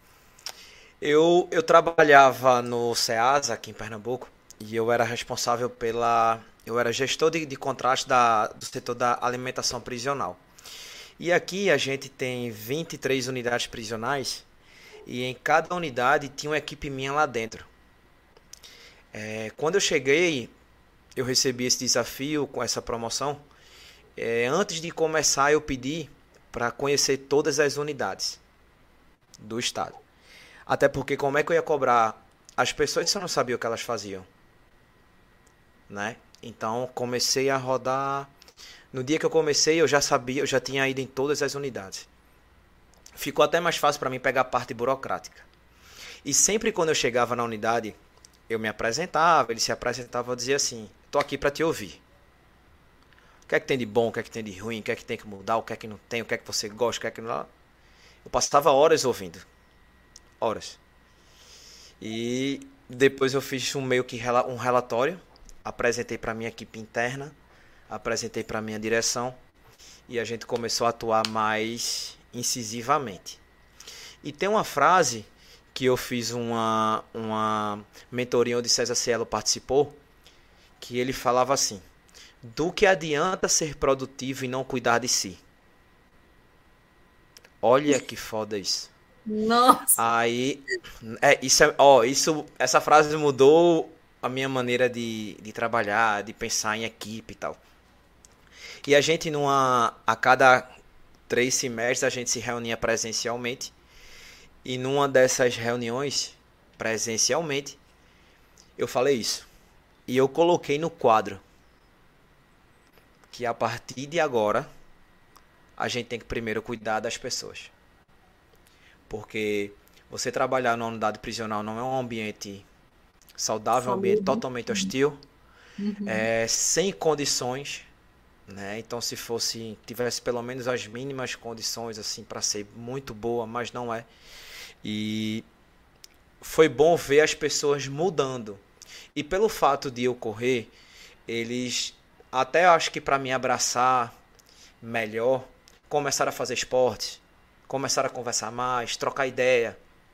Eu trabalhava no SEASA, aqui em Pernambuco, e eu era responsável pela. Eu era gestor de contratos do setor da alimentação prisional. E aqui a gente tem 23 unidades prisionais, e em cada unidade tinha uma equipe minha lá dentro. Quando eu cheguei, eu recebi esse desafio com essa promoção. Antes de começar, eu pedi para conhecer todas as unidades do estado. Até porque como é que eu ia cobrar as pessoas se eu não sabia o que elas faziam, né? Então comecei a rodar. No dia que eu comecei, eu já sabia, eu já tinha ido em todas as unidades. Ficou até mais fácil para mim pegar a parte burocrática. E sempre quando eu chegava na unidade, eu me apresentava, ele se apresentava, eu dizia assim: "Tô aqui para te ouvir. O que é que tem de bom, o que é que tem de ruim, o que é que tem que mudar, o que é que não tem, o que é que você gosta, o que é que não..." Eu passava horas ouvindo. Horas. E depois eu fiz meio que um relatório, apresentei para minha equipe interna, apresentei para minha direção e a gente começou a atuar mais incisivamente. E tem uma frase que eu fiz uma mentoria onde César Cielo participou, que ele falava assim: "Do que adianta ser produtivo e não cuidar de si?" Olha que foda isso. Nossa! Aí, essa frase mudou a minha maneira de trabalhar, de pensar em equipe e tal. E a gente, a cada 3 semestres, a gente se reunia presencialmente. E numa dessas reuniões, presencialmente, eu falei isso. E eu coloquei no quadro que a partir de agora, a gente tem que primeiro cuidar das pessoas. Porque você trabalhar numa unidade prisional não é um ambiente saudável, é um ambiente totalmente hostil, sem condições, né? Então se tivesse pelo menos as mínimas condições assim para ser muito boa, mas não é. E foi bom ver as pessoas mudando. E pelo fato de eu correr, eles até acho que para me abraçar melhor, começaram a fazer esporte, começaram a conversar mais, trocar ideia.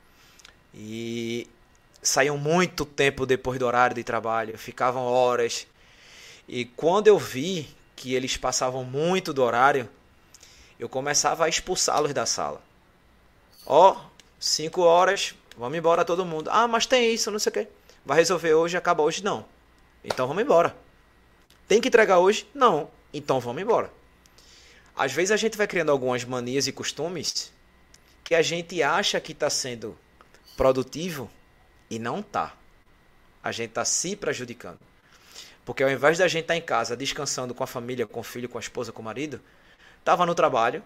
E saíam muito tempo depois do horário de trabalho, ficavam horas. E quando eu vi que eles passavam muito do horário, eu começava a expulsá-los da sala. Ó, 5 horas, vamos embora todo mundo. Ah, mas tem isso, não sei o quê. Vai resolver hoje, acaba hoje? Não. Então vamos embora. Tem que entregar hoje? Não. Então vamos embora. Às vezes a gente vai criando algumas manias e costumes que a gente acha que está sendo produtivo e não tá. A gente está se prejudicando. Porque ao invés da gente estar em casa descansando com a família, com o filho, com a esposa, com o marido, estava no trabalho,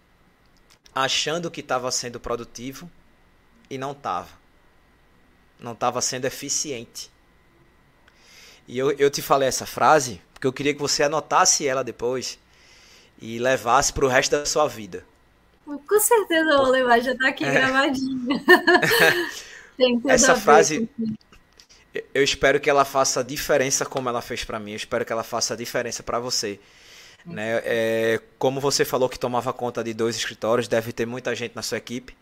achando que estava sendo produtivo e não estava. Não estava sendo eficiente. E eu te falei essa frase porque eu queria que você anotasse ela depois e levasse para o resto da sua vida. Com certeza eu vou levar, já está aqui gravadinha. Tem tudo Essa a ver frase, com isso. eu espero que ela faça diferença como ela fez para mim. Eu espero que ela faça diferença para você. Né? Como você falou que tomava conta de 2 escritórios, deve ter muita gente na sua equipe.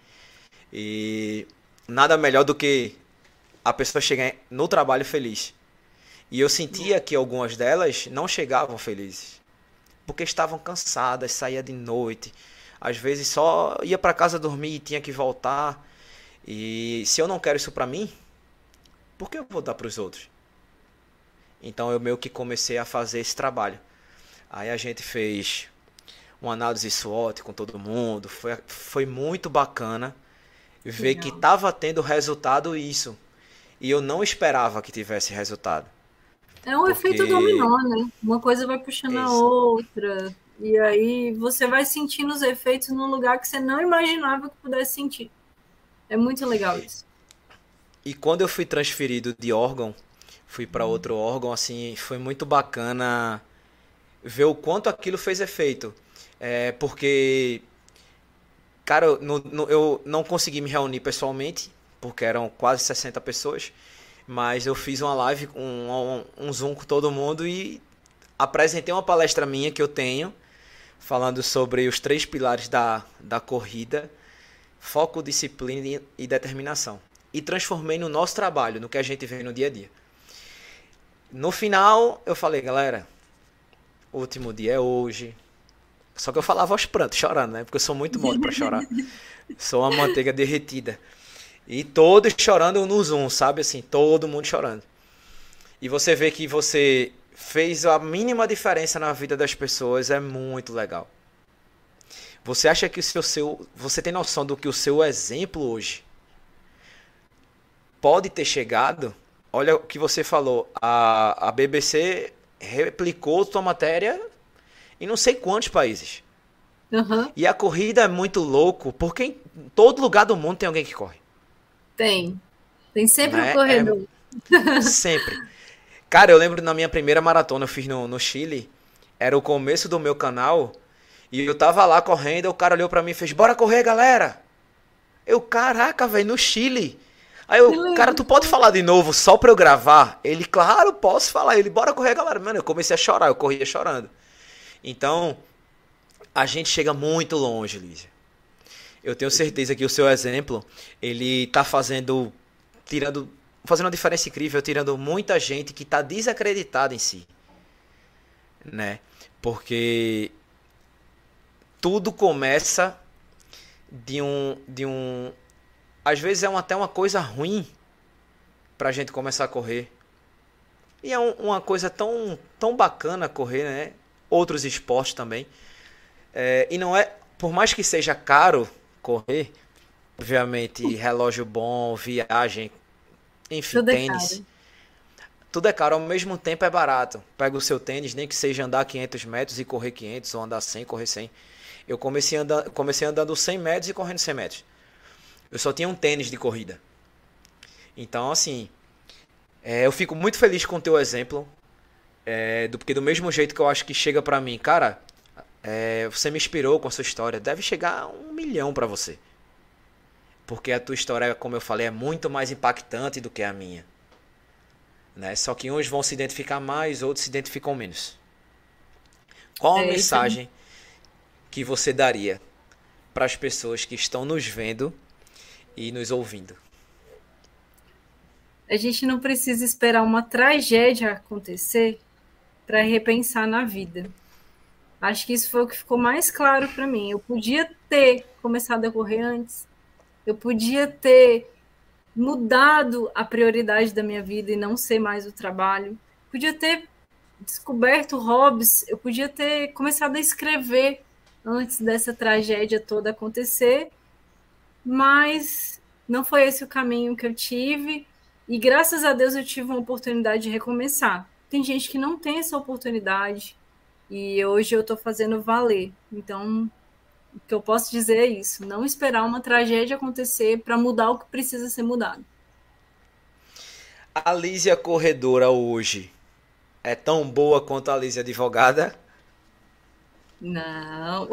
E nada melhor do que a pessoa chegar no trabalho feliz. E eu sentia que algumas delas não chegavam felizes. Porque estavam cansadas, saía de noite. Às vezes só ia para casa dormir e tinha que voltar. E se eu não quero isso para mim, por que eu vou dar para os outros? Então eu meio que comecei a fazer esse trabalho. Aí a gente fez uma análise SWOT com todo mundo. Foi muito bacana ver que estava tendo resultado isso. E eu não esperava que tivesse resultado. É um efeito dominó, né? Uma coisa vai puxando a outra. E aí você vai sentindo os efeitos num lugar que você não imaginava que pudesse sentir. É muito legal isso. E quando eu fui transferido de órgão, fui para outro órgão, assim, foi muito bacana ver o quanto aquilo fez efeito. Porque, cara, eu não consegui me reunir pessoalmente, porque eram quase 60 pessoas, mas eu fiz uma live, um Zoom com todo mundo e apresentei uma palestra minha que eu tenho, falando sobre os 3 pilares da corrida: foco, disciplina e determinação. E transformei no nosso trabalho, no que a gente vê no dia a dia. No final, eu falei, galera, o último dia é hoje. Só que eu falava aos prantos, chorando, né? Porque eu sou muito mole pra chorar. Sou uma manteiga derretida. E todos chorando no Zoom, sabe? Assim, todo mundo chorando. E você vê que você fez a mínima diferença na vida das pessoas, é muito legal. Você acha que você tem noção do que o seu exemplo hoje pode ter chegado? Olha o que você falou. A BBC replicou sua matéria em não sei quantos países. Uhum. E a corrida é muito louco, porque em todo lugar do mundo tem alguém que corre. Tem sempre Né? um corredor. Sempre. Cara, eu lembro na minha primeira maratona, eu fiz no Chile, era o começo do meu canal, e eu tava lá correndo, o cara olhou pra mim e fez, bora correr, galera! Eu, caraca, velho, no Chile. Aí eu, cara, tu pode falar de novo só pra eu gravar? Ele, claro, posso falar. Ele, bora correr, galera. Mano, eu comecei a chorar, eu corria chorando. Então, a gente chega muito longe, Lígia. Eu tenho certeza que o seu exemplo, ele tá fazendo uma diferença incrível, tirando muita gente que tá desacreditada em si, né? Porque tudo começa às vezes é até uma coisa ruim pra gente começar a correr. E é uma coisa tão bacana correr, né? Outros esportes também. E não é, por mais que seja caro correr, obviamente, relógio bom, viagem, enfim, Tudo tênis. É caro. Tudo é caro, ao mesmo tempo é barato. Pega o seu tênis, nem que seja andar 500 metros e correr 500, ou andar 100 e correr 100. Eu comecei andando 100 metros e correndo 100 metros. Eu só tinha um tênis de corrida. Então, assim, eu fico muito feliz com o teu exemplo. Porque do mesmo jeito que eu acho que chega pra mim, cara, você me inspirou com a sua história. Deve chegar a 1 milhão pra você. Porque a tua história, como eu falei, é muito mais impactante do que a minha. Né? Só que uns vão se identificar mais, outros se identificam menos. Qual a mensagem que você daria para as pessoas que estão nos vendo e nos ouvindo? A gente não precisa esperar uma tragédia acontecer para repensar na vida. Acho que isso foi o que ficou mais claro para mim. Eu podia ter começado a correr antes, eu podia ter mudado a prioridade da minha vida e não ser mais o trabalho, podia ter descoberto hobbies, eu podia ter começado a escrever antes dessa tragédia toda acontecer, mas não foi esse o caminho que eu tive, e graças a Deus eu tive uma oportunidade de recomeçar. Tem gente que não tem essa oportunidade, e hoje eu estou fazendo valer. Então, o que eu posso dizer é isso: não esperar uma tragédia acontecer para mudar o que precisa ser mudado. A Lísia corredora hoje é tão boa quanto a Lísia advogada? Não,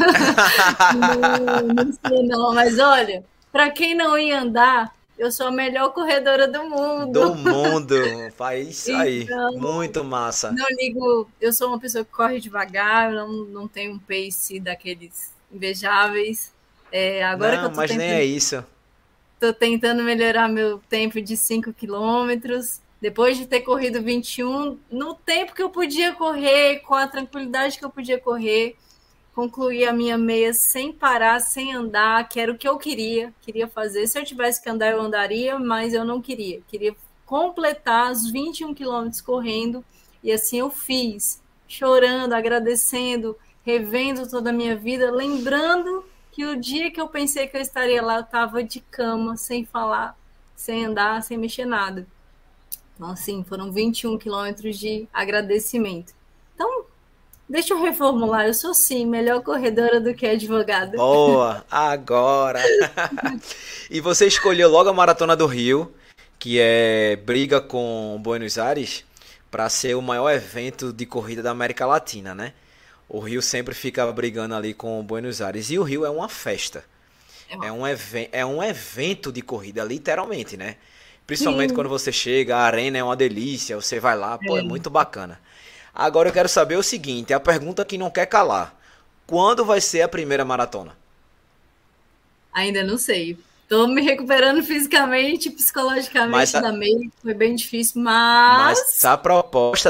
não sei não, mas olha, para quem não ia andar, eu sou a melhor corredora do Do mundo. mundo. Faz isso aí. Então, Muito massa. não ligo, eu sou uma pessoa que corre devagar, não tenho um pace daqueles invejáveis. Agora que Não, eu mas nem é isso. tô tentando melhorar meu tempo de 5 quilômetros, depois de ter corrido 21, no tempo que eu podia correr, com a tranquilidade que eu podia correr, concluí a minha meia sem parar, sem andar, que era o que eu queria fazer. Se eu tivesse que andar, eu andaria, mas eu não queria. Queria completar os 21 quilômetros correndo, e assim eu fiz, chorando, agradecendo, revendo toda a minha vida, lembrando que o dia que eu pensei que eu estaria lá, eu estava de cama, sem falar, sem andar, sem mexer nada. Então, assim, foram 21 quilômetros de agradecimento. Então, deixa eu reformular. Eu sou, sim, melhor corredora do que advogada. Boa, agora. E você escolheu logo a Maratona do Rio, que é briga com Buenos Aires, para ser o maior evento de corrida da América Latina, né? O Rio sempre fica brigando ali com Buenos Aires. E o Rio é uma festa. É um evento de corrida, literalmente, né? Principalmente Sim. quando você chega, a arena é uma delícia, você vai lá, pô, é É, muito bacana. Agora eu quero saber o seguinte, a pergunta que não quer calar. Quando vai ser a primeira maratona? ainda não sei. Estou me recuperando fisicamente, Mas psicologicamente a, da meia. Foi bem difícil, mas mas a proposta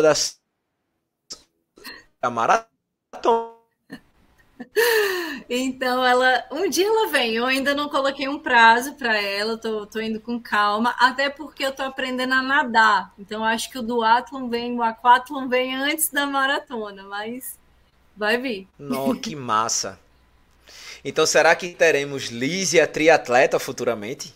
da maratona. então um dia ela vem. Eu ainda não coloquei um prazo para ela, tô indo com calma, até porque eu tô aprendendo a nadar. Então acho que o aquatlon vem antes da maratona, mas vai vir. Não, que massa. Então será que teremos Lísia triatleta futuramente?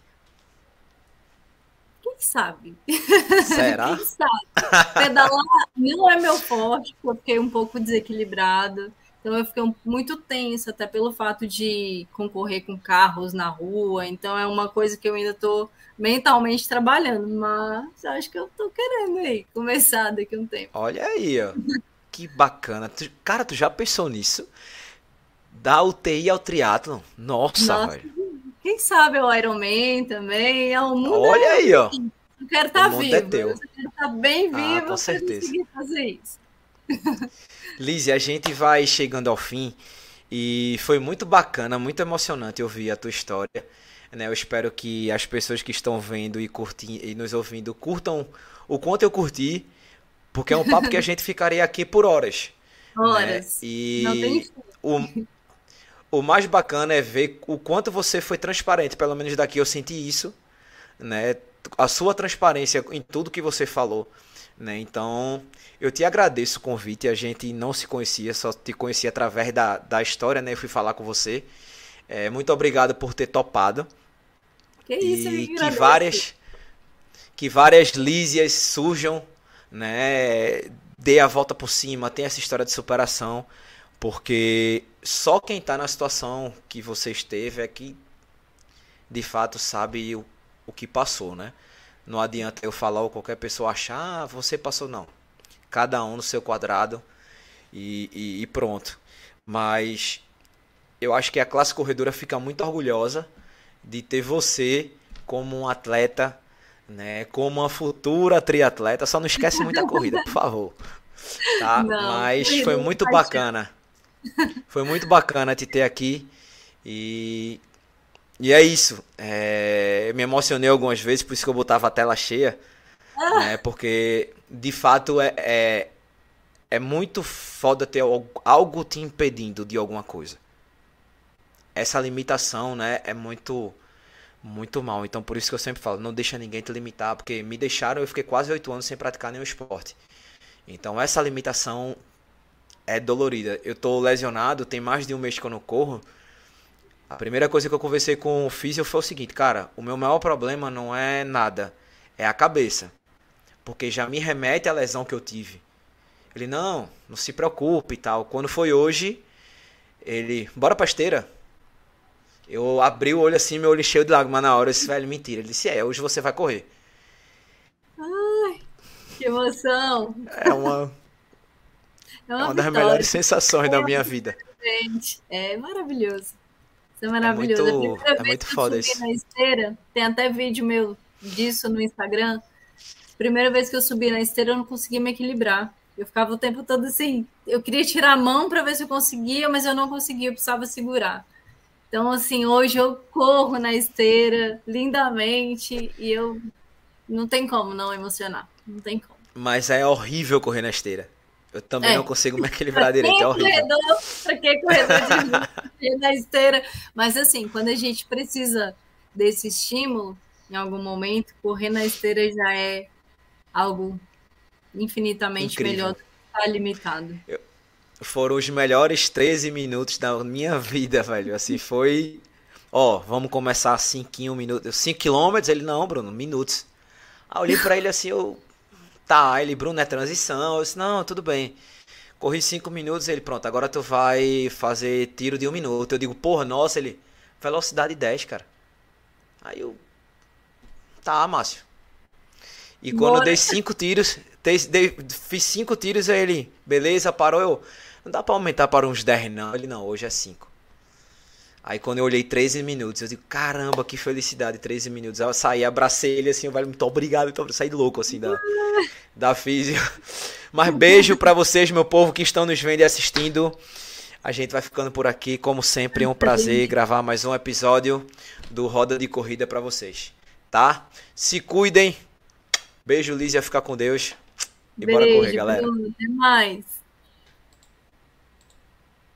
Quem sabe? Será? Quem sabe? Pedalar não é meu forte, porque eu fiquei um pouco desequilibrada. Então eu fiquei muito tensa, até pelo fato de concorrer com carros na rua. Então é uma coisa que eu ainda estou mentalmente trabalhando, mas acho que eu estou querendo aí começar daqui a um tempo. Olha aí, ó. Que bacana. Cara, tu já pensou nisso? Da UTI ao triatlon? Nossa, Nossa, velho. quem sabe o Iron Man também. O mundo Olha aí, ó. eu quero O estar mundo é viva, eu teu. só quero estar bem Ah, com viva para certeza. conseguir fazer isso. Lizzie, a gente vai chegando ao fim e foi muito bacana, muito emocionante ouvir a tua história, né? Eu espero que as pessoas que estão vendo e nos ouvindo curtam o quanto eu curti, porque é um papo que a gente ficaria aqui por horas, né? Horas. Não tem E fim. o, o mais bacana é ver o quanto você foi transparente, pelo menos daqui eu senti isso, né? A sua transparência em tudo que você falou, né? Então, eu te agradeço o convite. A gente não se conhecia, só te conhecia através da história, né? Eu fui falar com você. Muito obrigado por ter topado Que isso, eu e que agradeço. que várias Lísias surjam, né? Dê a volta por cima, tem essa história de superação, porque só quem está na situação que você esteve é que de fato sabe o que passou, né? Não adianta eu falar ou qualquer pessoa achar, ah, você passou, não. Cada um no seu quadrado e pronto. Mas eu acho que a classe corredora fica muito orgulhosa de ter você como um atleta, né? Como uma futura triatleta. Só não esquece muita corrida, por favor. Tá? Não, Mas foi corrida de muito paixão. bacana. Foi muito bacana te ter aqui. E E é isso. Eu me emocionei algumas vezes, por isso que eu botava a tela cheia, né? Porque de fato é muito foda ter algo te impedindo de alguma coisa. Essa limitação, né, é muito, muito mal. Então por isso que eu sempre falo, não deixa ninguém te limitar, porque me deixaram, eu fiquei quase 8 anos sem praticar nenhum esporte. Então essa limitação é dolorida. Eu tô lesionado, tem mais de um mês que eu não corro. A primeira coisa que eu conversei com o físio foi o seguinte, cara, o meu maior problema não é nada, é a cabeça. Porque já me remete à lesão que eu tive. Ele, não se preocupe e tal. Quando foi hoje, ele, bora pra esteira. Eu abri o olho assim, meu olho cheio de lágrimas na hora. Eu disse, velho, mentira. Ele disse, hoje você vai correr. Ai, que emoção! É uma, É é uma uma das vitória. melhores sensações da minha vida. Gente, é maravilhoso. Isso é É maravilhoso. A muito, primeira é vez muito que eu foda subi isso. na esteira, tem até vídeo meu disso no Instagram. Primeira vez que eu subi na esteira, eu não conseguia me equilibrar. Eu ficava o tempo todo assim. Eu queria tirar a mão para ver se eu conseguia, mas eu não conseguia, eu precisava segurar. Então, assim, hoje eu corro na esteira lindamente e eu não tem como não emocionar. Não tem como. Mas é horrível correr na esteira. Eu também não É, consigo me para equilibrar direito, quem é é horrível. corredor, para quem é corredor de rua, na esteira. Mas assim, quando a gente precisa desse estímulo, em algum momento, correr na esteira já é algo infinitamente melhor Incrível. do que estar limitado. Foram os melhores 13 minutos da minha vida, velho. Assim, foi. Ó, vamos começar 5 minutos. 5 quilômetros? Ele, não, Bruno, minutos. Aí eu olhei pra ele assim, eu. Tá, ele, Bruno, é transição. Eu disse, não, tudo bem. Corri 5 minutos, ele, pronto, agora tu vai fazer tiro de 1 minuto. Eu digo, porra, nossa, ele. Velocidade 10, cara. Aí eu. Tá, Márcio. E quando eu Bora. dei 5 tiros, fiz 5 tiros, aí ele, beleza, parou. Eu, não dá pra aumentar para uns 10 não. Ele, não, hoje é 5. Aí quando eu olhei 13 minutos, eu digo, caramba, que felicidade, 13 minutos. Aí eu saí, abracei ele assim, eu falei, muito obrigado, então saí louco assim da física. Mas beijo pra vocês, meu povo que estão nos vendo e assistindo. A gente vai ficando por aqui, como sempre, é um prazer gravar mais um episódio do Roda de Corrida pra vocês, tá? Se cuidem. Beijo, Lízia, fica com Deus. E bora correr, Beijo, galera. Bruno. Até mais.